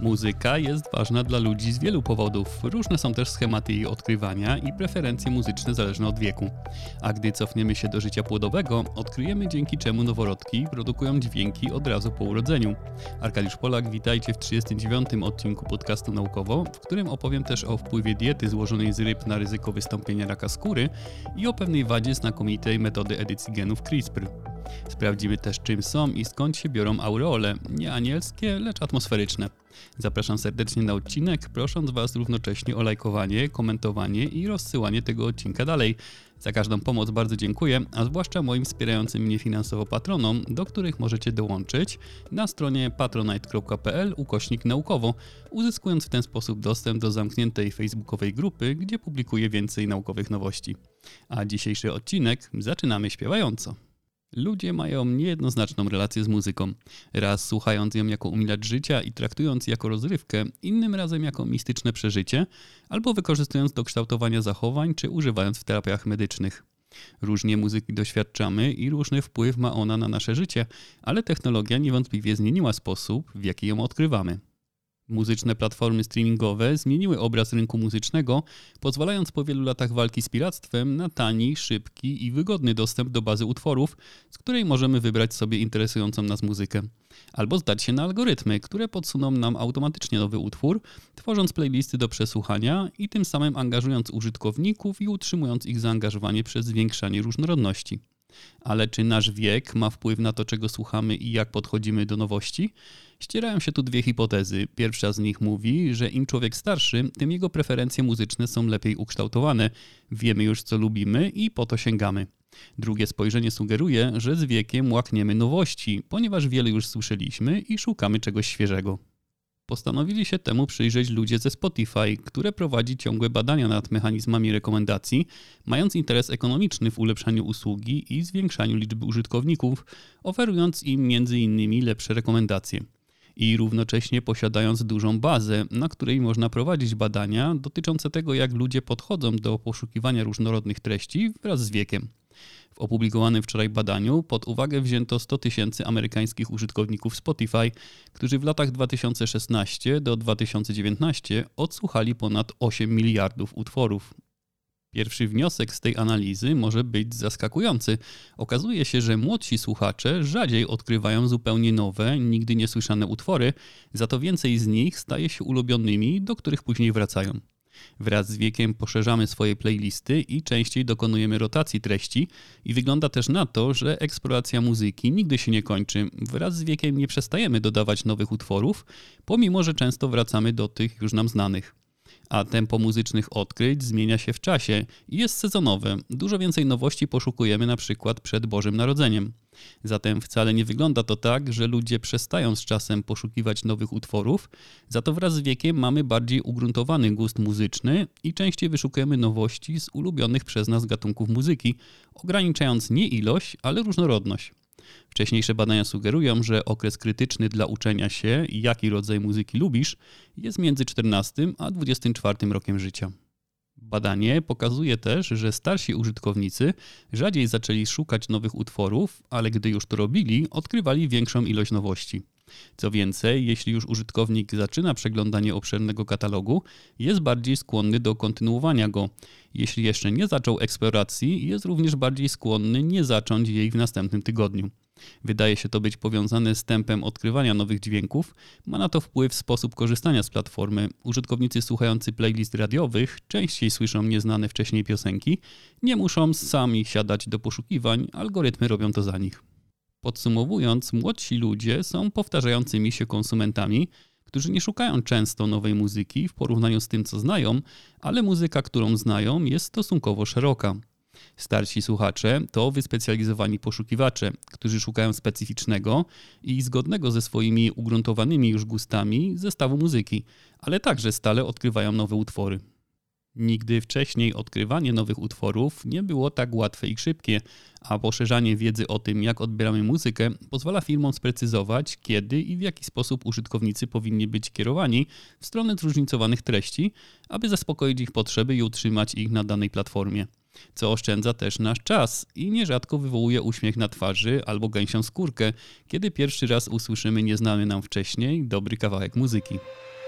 Muzyka jest ważna dla ludzi z wielu powodów. Różne są też schematy jej odkrywania i preferencje muzyczne zależne od wieku. A gdy cofniemy się do życia płodowego, odkryjemy dzięki czemu noworodki produkują dźwięki od razu po urodzeniu. Arkadiusz Polak, witajcie w 39. odcinku podcastu Naukowo, w którym opowiem też o wpływie diety złożonej z ryb na ryzyko wystąpienia raka skóry i o pewnej wadzie znakomitej metody edycji genów CRISPR. Sprawdzimy też, czym są i skąd się biorą aureole, nie anielskie, lecz atmosferyczne. Zapraszam serdecznie na odcinek, prosząc Was równocześnie o lajkowanie, komentowanie i rozsyłanie tego odcinka dalej. Za każdą pomoc bardzo dziękuję, a zwłaszcza moim wspierającym mnie finansowo patronom, do których możecie dołączyć na stronie patronite.pl/naukowo, uzyskując w ten sposób dostęp do zamkniętej facebookowej grupy, gdzie publikuję więcej naukowych nowości. A dzisiejszy odcinek zaczynamy śpiewająco. Ludzie mają niejednoznaczną relację z muzyką. Raz słuchając ją jako umilacz życia i traktując jako rozrywkę, innym razem jako mistyczne przeżycie, albo wykorzystując do kształtowania zachowań, czy używając w terapiach medycznych. Różnie muzyki doświadczamy i różny wpływ ma ona na nasze życie, ale technologia niewątpliwie zmieniła sposób, w jaki ją odkrywamy. Muzyczne platformy streamingowe zmieniły obraz rynku muzycznego, pozwalając po wielu latach walki z piractwem na tani, szybki i wygodny dostęp do bazy utworów, z której możemy wybrać sobie interesującą nas muzykę. Albo zdać się na algorytmy, które podsuną nam automatycznie nowy utwór, tworząc playlisty do przesłuchania i tym samym angażując użytkowników i utrzymując ich zaangażowanie przez zwiększanie różnorodności. Ale czy nasz wiek ma wpływ na to, czego słuchamy i jak podchodzimy do nowości? Ścierają się tu dwie hipotezy. Pierwsza z nich mówi, że im człowiek starszy, tym jego preferencje muzyczne są lepiej ukształtowane. Wiemy już, co lubimy i po to sięgamy. Drugie spojrzenie sugeruje, że z wiekiem łakniemy nowości, ponieważ wiele już słyszeliśmy i szukamy czegoś świeżego. Postanowili się temu przyjrzeć ludzie ze Spotify, które prowadzi ciągłe badania nad mechanizmami rekomendacji, mając interes ekonomiczny w ulepszaniu usługi i zwiększaniu liczby użytkowników, oferując im m.in. lepsze rekomendacje. I równocześnie posiadając dużą bazę, na której można prowadzić badania dotyczące tego, jak ludzie podchodzą do poszukiwania różnorodnych treści wraz z wiekiem. W opublikowanym wczoraj badaniu pod uwagę wzięto 100 000 amerykańskich użytkowników Spotify, którzy w latach 2016 do 2019 odsłuchali ponad 8 miliardów utworów. Pierwszy wniosek z tej analizy może być zaskakujący. Okazuje się, że młodsi słuchacze rzadziej odkrywają zupełnie nowe, nigdy niesłyszane utwory, za to więcej z nich staje się ulubionymi, do których później wracają. Wraz z wiekiem poszerzamy swoje playlisty i częściej dokonujemy rotacji treści i wygląda też na to, że eksploracja muzyki nigdy się nie kończy. Wraz z wiekiem nie przestajemy dodawać nowych utworów, pomimo że często wracamy do tych już nam znanych. A tempo muzycznych odkryć zmienia się w czasie i jest sezonowe. Dużo więcej nowości poszukujemy na przykład przed Bożym Narodzeniem. Zatem wcale nie wygląda to tak, że ludzie przestają z czasem poszukiwać nowych utworów, za to wraz z wiekiem mamy bardziej ugruntowany gust muzyczny i częściej wyszukujemy nowości z ulubionych przez nas gatunków muzyki, ograniczając nie ilość, ale różnorodność. Wcześniejsze badania sugerują, że okres krytyczny dla uczenia się, jaki rodzaj muzyki lubisz, jest między 14 a 24 rokiem życia. Badanie pokazuje też, że starsi użytkownicy rzadziej zaczęli szukać nowych utworów, ale gdy już to robili, odkrywali większą ilość nowości. Co więcej, jeśli już użytkownik zaczyna przeglądanie obszernego katalogu, jest bardziej skłonny do kontynuowania go. Jeśli jeszcze nie zaczął eksploracji, jest również bardziej skłonny nie zacząć jej w następnym tygodniu. Wydaje się to być powiązane z tempem odkrywania nowych dźwięków, ma na to wpływ sposób korzystania z platformy. Użytkownicy słuchający playlist radiowych częściej słyszą nieznane wcześniej piosenki, nie muszą sami siadać do poszukiwań, algorytmy robią to za nich. Podsumowując, młodsi ludzie są powtarzającymi się konsumentami, którzy nie szukają często nowej muzyki w porównaniu z tym, co znają, ale muzyka, którą znają, jest stosunkowo szeroka. Starsi słuchacze to wyspecjalizowani poszukiwacze, którzy szukają specyficznego i zgodnego ze swoimi ugruntowanymi już gustami zestawu muzyki, ale także stale odkrywają nowe utwory. Nigdy wcześniej odkrywanie nowych utworów nie było tak łatwe i szybkie, a poszerzanie wiedzy o tym, jak odbieramy muzykę, pozwala firmom sprecyzować, kiedy i w jaki sposób użytkownicy powinni być kierowani w stronę zróżnicowanych treści, aby zaspokoić ich potrzeby i utrzymać ich na danej platformie. co oszczędza też nasz czas i nierzadko wywołuje uśmiech na twarzy albo gęsią skórkę, kiedy pierwszy raz usłyszymy nieznany nam wcześniej dobry kawałek muzyki.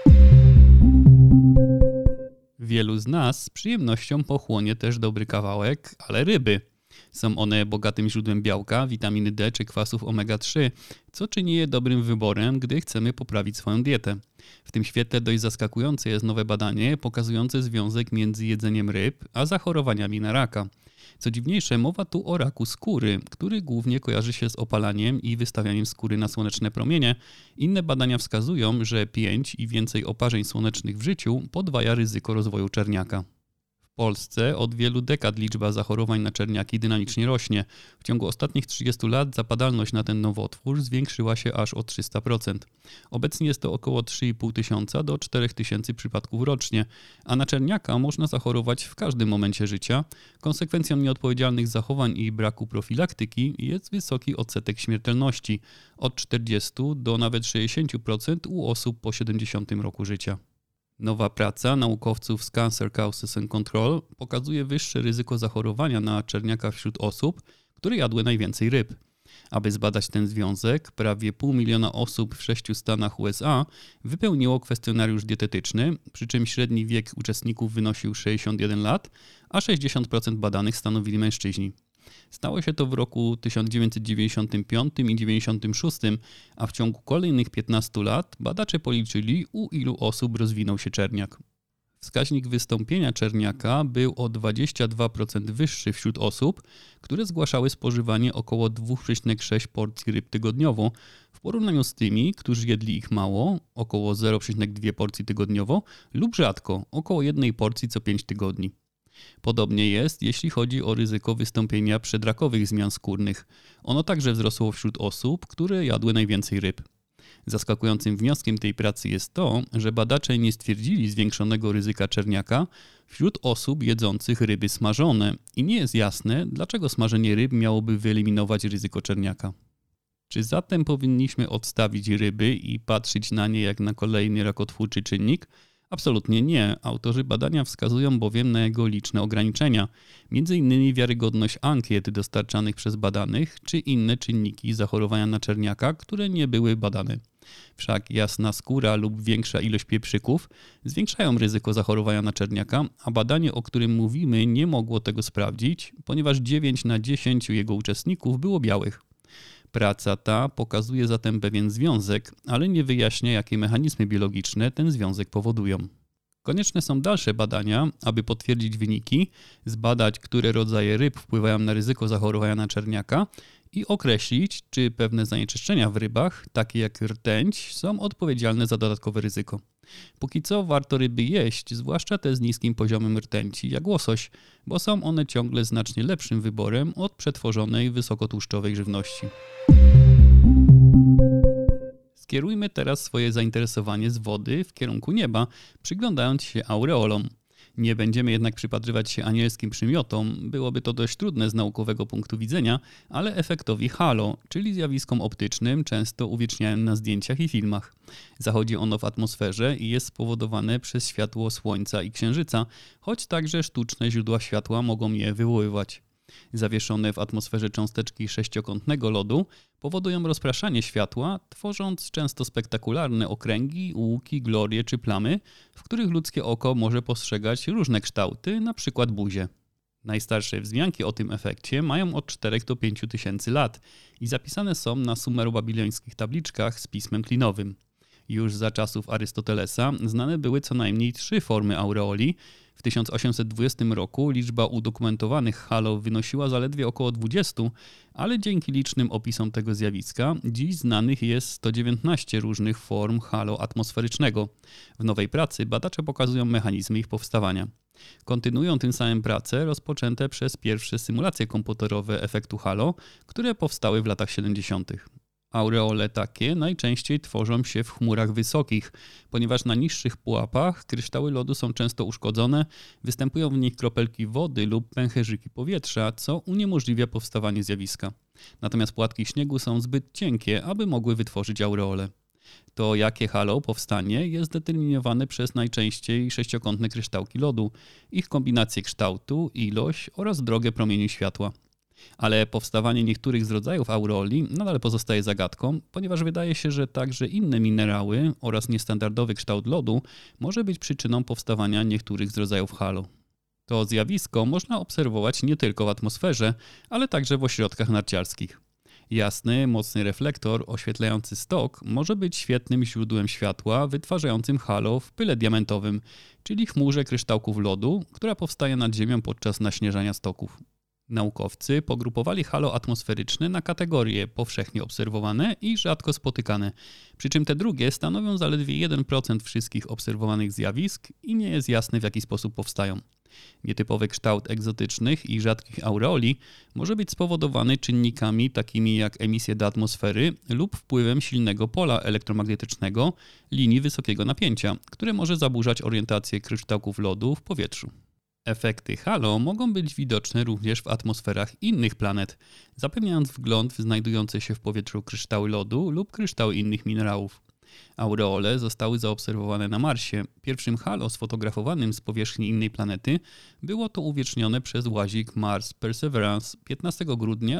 Wielu z nas z przyjemnością pochłonie też dobry kawałek, ale ryby. Są one bogatym źródłem białka, witaminy D czy kwasów omega-3, co czyni je dobrym wyborem, gdy chcemy poprawić swoją dietę. W tym świetle dość zaskakujące jest nowe badanie pokazujące związek między jedzeniem ryb a zachorowaniami na raka. Co dziwniejsze, mowa tu o raku skóry, który głównie kojarzy się z opalaniem i wystawianiem skóry na słoneczne promienie. Inne badania wskazują, że 5 i więcej oparzeń słonecznych w życiu podwaja ryzyko rozwoju czerniaka. W Polsce od wielu dekad liczba zachorowań na czerniaki dynamicznie rośnie. W ciągu ostatnich 30 lat zapadalność na ten nowotwór zwiększyła się aż o 300%. Obecnie jest to około 3,5 tysiąca do 4 tysięcy przypadków rocznie, a na czerniaka można zachorować w każdym momencie życia. Konsekwencją nieodpowiedzialnych zachowań i braku profilaktyki jest wysoki odsetek śmiertelności, od 40 do nawet 60% u osób po 70 roku życia. Nowa praca naukowców z Cancer Causes and Control pokazuje wyższe ryzyko zachorowania na czerniaka wśród osób, które jadły najwięcej ryb. Aby zbadać ten związek, prawie 500 000 osób w 6 stanach USA wypełniło kwestionariusz dietetyczny, przy czym średni wiek uczestników wynosił 61 lat, a 60% badanych stanowili mężczyźni. Stało się to w roku 1995 i 1996, a w ciągu kolejnych 15 lat badacze policzyli, u ilu osób rozwinął się czerniak. Wskaźnik wystąpienia czerniaka był o 22% wyższy wśród osób, które zgłaszały spożywanie około 2,6 porcji ryb tygodniowo, w porównaniu z tymi, którzy jedli ich mało, około 0,2 porcji tygodniowo, lub rzadko, około 1 porcji co 5 tygodni. Podobnie jest, jeśli chodzi o ryzyko wystąpienia przedrakowych zmian skórnych. Ono także wzrosło wśród osób, które jadły najwięcej ryb. Zaskakującym wnioskiem tej pracy jest to, że badacze nie stwierdzili zwiększonego ryzyka czerniaka wśród osób jedzących ryby smażone i nie jest jasne, dlaczego smażenie ryb miałoby wyeliminować ryzyko czerniaka. Czy zatem powinniśmy odstawić ryby i patrzeć na nie jak na kolejny rakotwórczy czynnik? Absolutnie nie. Autorzy badania wskazują bowiem na jego liczne ograniczenia, m.in. wiarygodność ankiet dostarczanych przez badanych, czy inne czynniki zachorowania na czerniaka, które nie były badane. Wszak jasna skóra lub większa ilość pieprzyków zwiększają ryzyko zachorowania na czerniaka, a badanie, o którym mówimy, nie mogło tego sprawdzić, ponieważ 9 na 10 jego uczestników było białych. Praca ta pokazuje zatem pewien związek, ale nie wyjaśnia, jakie mechanizmy biologiczne ten związek powodują. Konieczne są dalsze badania, aby potwierdzić wyniki, zbadać, które rodzaje ryb wpływają na ryzyko zachorowania na czerniaka i określić, czy pewne zanieczyszczenia w rybach, takie jak rtęć, są odpowiedzialne za dodatkowe ryzyko. Póki co warto ryby jeść, zwłaszcza te z niskim poziomem rtęci, jak łosoś, bo są one ciągle znacznie lepszym wyborem od przetworzonej, wysokotłuszczowej żywności. Skierujmy teraz swoje zainteresowanie z wody w kierunku nieba, przyglądając się aureolom. Nie będziemy jednak przypatrywać się anielskim przymiotom, byłoby to dość trudne z naukowego punktu widzenia, ale efektowi halo, czyli zjawiskom optycznym często uwiecznianym na zdjęciach i filmach. Zachodzi ono w atmosferze i jest spowodowane przez światło Słońca i Księżyca, choć także sztuczne źródła światła mogą je wywoływać. Zawieszone w atmosferze cząsteczki sześciokątnego lodu powodują rozpraszanie światła, tworząc często spektakularne okręgi, łuki, glorie czy plamy, w których ludzkie oko może postrzegać różne kształty, np. buzię. Najstarsze wzmianki o tym efekcie mają od 4 do 5 tysięcy lat i zapisane są na sumerobabilońskich tabliczkach z pismem klinowym. Już za czasów Arystotelesa znane były co najmniej 3 formy aureoli. W 1820 roku liczba udokumentowanych halo wynosiła zaledwie około 20, ale dzięki licznym opisom tego zjawiska dziś znanych jest 119 różnych form halo atmosferycznego. W nowej pracy badacze pokazują mechanizmy ich powstawania. Kontynuują tym samym prace rozpoczęte przez pierwsze symulacje komputerowe efektu halo, które powstały w latach 70. Aureole takie najczęściej tworzą się w chmurach wysokich, ponieważ na niższych pułapach kryształy lodu są często uszkodzone, występują w nich kropelki wody lub pęcherzyki powietrza, co uniemożliwia powstawanie zjawiska. Natomiast płatki śniegu są zbyt cienkie, aby mogły wytworzyć aureole. To, jakie halo powstanie, jest determinowane przez najczęściej sześciokątne kryształki lodu, ich kombinację kształtu, ilość oraz drogę promieni światła. Ale powstawanie niektórych z rodzajów aureoli nadal pozostaje zagadką, ponieważ wydaje się, że także inne minerały oraz niestandardowy kształt lodu może być przyczyną powstawania niektórych z rodzajów halo. To zjawisko można obserwować nie tylko w atmosferze, ale także w ośrodkach narciarskich. Jasny, mocny reflektor oświetlający stok może być świetnym źródłem światła wytwarzającym halo w pyle diamentowym, czyli chmurze kryształków lodu, która powstaje nad Ziemią podczas naśnieżania stoków. Naukowcy pogrupowali halo atmosferyczne na kategorie powszechnie obserwowane i rzadko spotykane, przy czym te drugie stanowią zaledwie 1% wszystkich obserwowanych zjawisk i nie jest jasne, w jaki sposób powstają. Nietypowy kształt egzotycznych i rzadkich aureoli może być spowodowany czynnikami takimi jak emisje do atmosfery lub wpływem silnego pola elektromagnetycznego linii wysokiego napięcia, które może zaburzać orientację kryształków lodu w powietrzu. Efekty halo mogą być widoczne również w atmosferach innych planet, zapewniając wgląd w znajdujące się w powietrzu kryształy lodu lub kryształy innych minerałów. Aureole zostały zaobserwowane na Marsie. Pierwszym halo sfotografowanym z powierzchni innej planety było to uwiecznione przez łazik Mars Perseverance 15 grudnia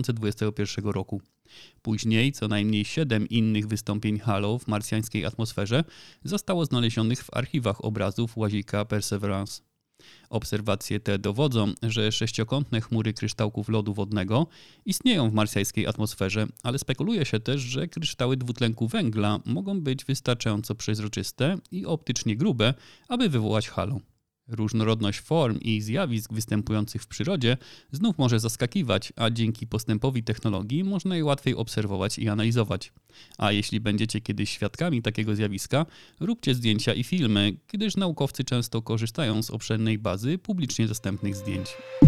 2021 roku. Później co najmniej 7 innych wystąpień halo w marsjańskiej atmosferze zostało znalezionych w archiwach obrazów łazika Perseverance. Obserwacje te dowodzą, że sześciokątne chmury kryształków lodu wodnego istnieją w marsjańskiej atmosferze, ale spekuluje się też, że kryształy dwutlenku węgla mogą być wystarczająco przezroczyste i optycznie grube, aby wywołać halo. Różnorodność form i zjawisk występujących w przyrodzie znów może zaskakiwać, a dzięki postępowi technologii można je łatwiej obserwować i analizować. A jeśli będziecie kiedyś świadkami takiego zjawiska, róbcie zdjęcia i filmy, gdyż naukowcy często korzystają z obszernej bazy publicznie dostępnych zdjęć.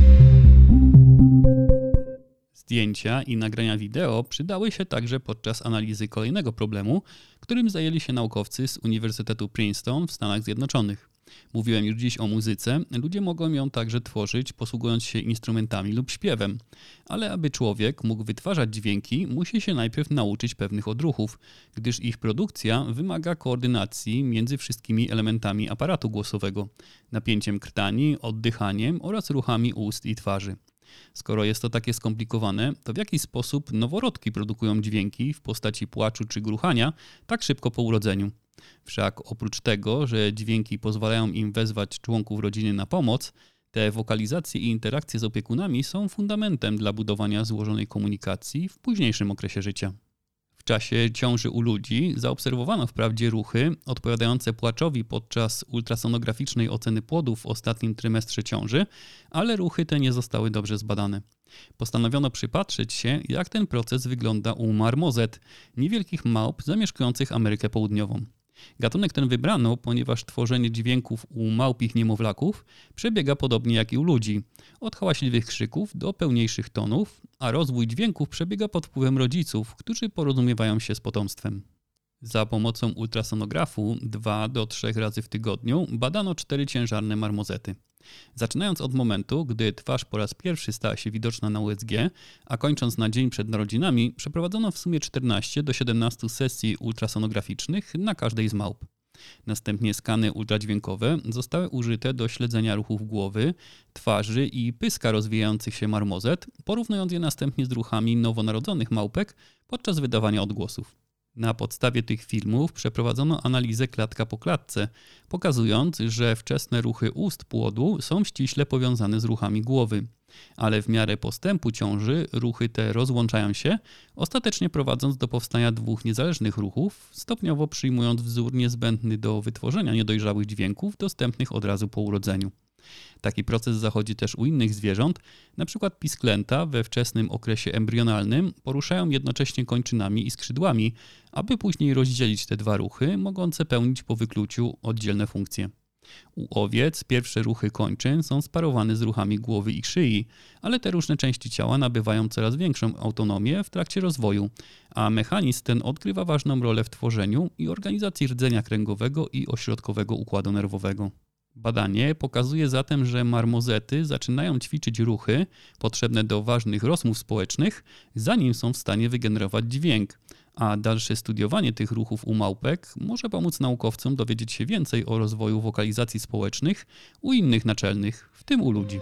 Zdjęcia i nagrania wideo przydały się także podczas analizy kolejnego problemu, którym zajęli się naukowcy z Uniwersytetu Princeton w Stanach Zjednoczonych. Mówiłem już dziś o muzyce, ludzie mogą ją także tworzyć posługując się instrumentami lub śpiewem, ale aby człowiek mógł wytwarzać dźwięki, musi się najpierw nauczyć pewnych odruchów, gdyż ich produkcja wymaga koordynacji między wszystkimi elementami aparatu głosowego, napięciem krtani, oddychaniem oraz ruchami ust i twarzy. Skoro jest to takie skomplikowane, to w jaki sposób noworodki produkują dźwięki w postaci płaczu czy gruchania tak szybko po urodzeniu? Wszak oprócz tego, że dźwięki pozwalają im wezwać członków rodziny na pomoc, te wokalizacje i interakcje z opiekunami są fundamentem dla budowania złożonej komunikacji w późniejszym okresie życia. W czasie ciąży u ludzi zaobserwowano wprawdzie ruchy odpowiadające płaczowi podczas ultrasonograficznej oceny płodów w ostatnim trymestrze ciąży, ale ruchy te nie zostały dobrze zbadane. Postanowiono przypatrzeć się, jak ten proces wygląda u marmozet, niewielkich małp zamieszkujących Amerykę Południową. Gatunek ten wybrano, ponieważ tworzenie dźwięków u małpich niemowlaków przebiega podobnie jak i u ludzi, od hałaśliwych krzyków do pełniejszych tonów, a rozwój dźwięków przebiega pod wpływem rodziców, którzy porozumiewają się z potomstwem. Za pomocą ultrasonografu 2 do 3 razy w tygodniu badano 4 ciężarne marmozety. Zaczynając od momentu, gdy twarz po raz pierwszy stała się widoczna na USG, a kończąc na dzień przed narodzinami, przeprowadzono w sumie 14 do 17 sesji ultrasonograficznych na każdej z małp. Następnie skany ultradźwiękowe zostały użyte do śledzenia ruchów głowy, twarzy i pyska rozwijających się marmozet, porównując je następnie z ruchami nowonarodzonych małpek podczas wydawania odgłosów. Na podstawie tych filmów przeprowadzono analizę klatka po klatce, pokazując, że wczesne ruchy ust płodu są ściśle powiązane z ruchami głowy, ale w miarę postępu ciąży ruchy te rozłączają się, ostatecznie prowadząc do powstania 2 niezależnych ruchów, stopniowo przyjmując wzór niezbędny do wytworzenia niedojrzałych dźwięków dostępnych od razu po urodzeniu. Taki proces zachodzi też u innych zwierząt, np. pisklęta we wczesnym okresie embrionalnym poruszają jednocześnie kończynami i skrzydłami, aby później rozdzielić te 2 ruchy, mogące pełnić po wykluciu oddzielne funkcje. U owiec pierwsze ruchy kończyn są sparowane z ruchami głowy i szyi, ale te różne części ciała nabywają coraz większą autonomię w trakcie rozwoju, a mechanizm ten odgrywa ważną rolę w tworzeniu i organizacji rdzenia kręgowego i ośrodkowego układu nerwowego. Badanie pokazuje zatem, że marmozety zaczynają ćwiczyć ruchy potrzebne do ważnych rozmów społecznych, zanim są w stanie wygenerować dźwięk, a dalsze studiowanie tych ruchów u małpek może pomóc naukowcom dowiedzieć się więcej o rozwoju wokalizacji społecznych u innych naczelnych, w tym u ludzi.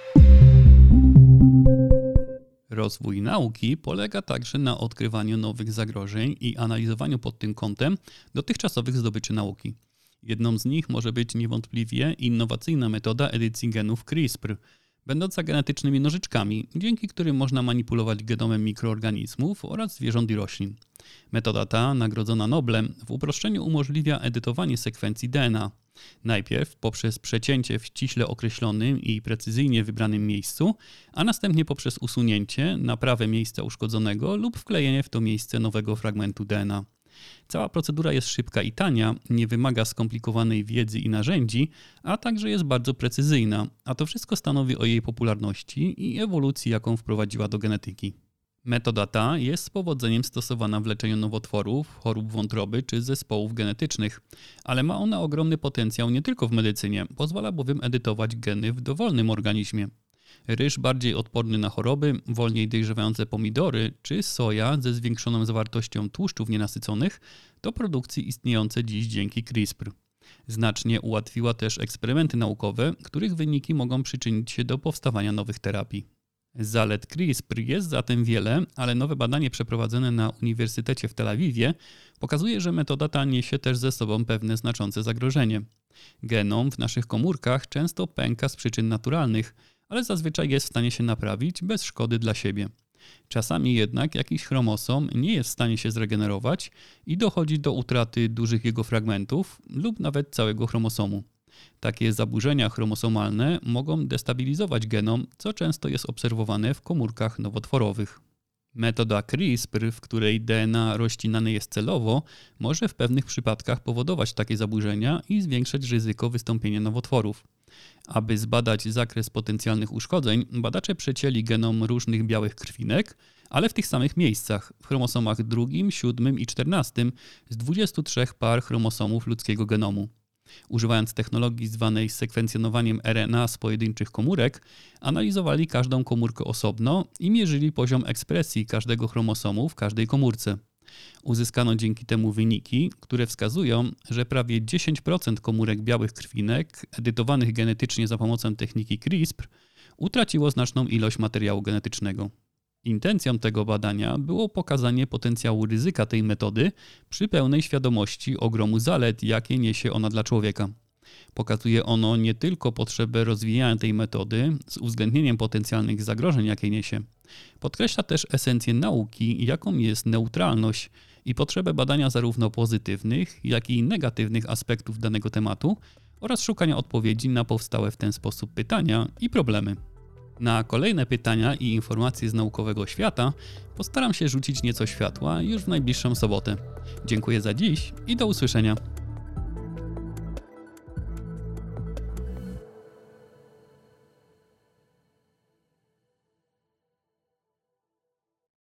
Rozwój nauki polega także na odkrywaniu nowych zagrożeń i analizowaniu pod tym kątem dotychczasowych zdobyczy nauki. Jedną z nich może być niewątpliwie innowacyjna metoda edycji genów CRISPR, będąca genetycznymi nożyczkami, dzięki którym można manipulować genomem mikroorganizmów oraz zwierząt i roślin. Metoda ta, nagrodzona Noblem, w uproszczeniu umożliwia edytowanie sekwencji DNA. Najpierw poprzez przecięcie w ściśle określonym i precyzyjnie wybranym miejscu, a następnie poprzez usunięcie, naprawę miejsca uszkodzonego lub wklejenie w to miejsce nowego fragmentu DNA. Cała procedura jest szybka i tania, nie wymaga skomplikowanej wiedzy i narzędzi, a także jest bardzo precyzyjna, a to wszystko stanowi o jej popularności i ewolucji, jaką wprowadziła do genetyki. Metoda ta jest z powodzeniem stosowana w leczeniu nowotworów, chorób wątroby czy zespołów genetycznych, ale ma ona ogromny potencjał nie tylko w medycynie, pozwala bowiem edytować geny w dowolnym organizmie. Ryż bardziej odporny na choroby, wolniej dojrzewające pomidory czy soja ze zwiększoną zawartością tłuszczów nienasyconych to produkcje istniejące dziś dzięki CRISPR. Znacznie ułatwiła też eksperymenty naukowe, których wyniki mogą przyczynić się do powstawania nowych terapii. Zalet CRISPR jest zatem wiele, ale nowe badanie przeprowadzone na Uniwersytecie w Tel Awiwie pokazuje, że metoda ta niesie też ze sobą pewne znaczące zagrożenie. Genom w naszych komórkach często pęka z przyczyn naturalnych, ale zazwyczaj jest w stanie się naprawić bez szkody dla siebie. Czasami jednak jakiś chromosom nie jest w stanie się zregenerować i dochodzi do utraty dużych jego fragmentów lub nawet całego chromosomu. Takie zaburzenia chromosomalne mogą destabilizować genom, co często jest obserwowane w komórkach nowotworowych. Metoda CRISPR, w której DNA rozcinane jest celowo, może w pewnych przypadkach powodować takie zaburzenia i zwiększać ryzyko wystąpienia nowotworów. Aby zbadać zakres potencjalnych uszkodzeń, badacze przecięli genom różnych białych krwinek, ale w tych samych miejscach, w chromosomach 2, 7 i 14 z 23 par chromosomów ludzkiego genomu. Używając technologii zwanej sekwencjonowaniem RNA z pojedynczych komórek, analizowali każdą komórkę osobno i mierzyli poziom ekspresji każdego chromosomu w każdej komórce. Uzyskano dzięki temu wyniki, które wskazują, że prawie 10% komórek białych krwinek edytowanych genetycznie za pomocą techniki CRISPR utraciło znaczną ilość materiału genetycznego. Intencją tego badania było pokazanie potencjału ryzyka tej metody przy pełnej świadomości ogromu zalet, jakie niesie ona dla człowieka. Pokazuje ono nie tylko potrzebę rozwijania tej metody z uwzględnieniem potencjalnych zagrożeń, jakie niesie. Podkreśla też esencję nauki, jaką jest neutralność i potrzebę badania zarówno pozytywnych, jak i negatywnych aspektów danego tematu oraz szukania odpowiedzi na powstałe w ten sposób pytania i problemy. Na kolejne pytania i informacje z naukowego świata postaram się rzucić nieco światła już w najbliższą sobotę. Dziękuję za dziś i do usłyszenia.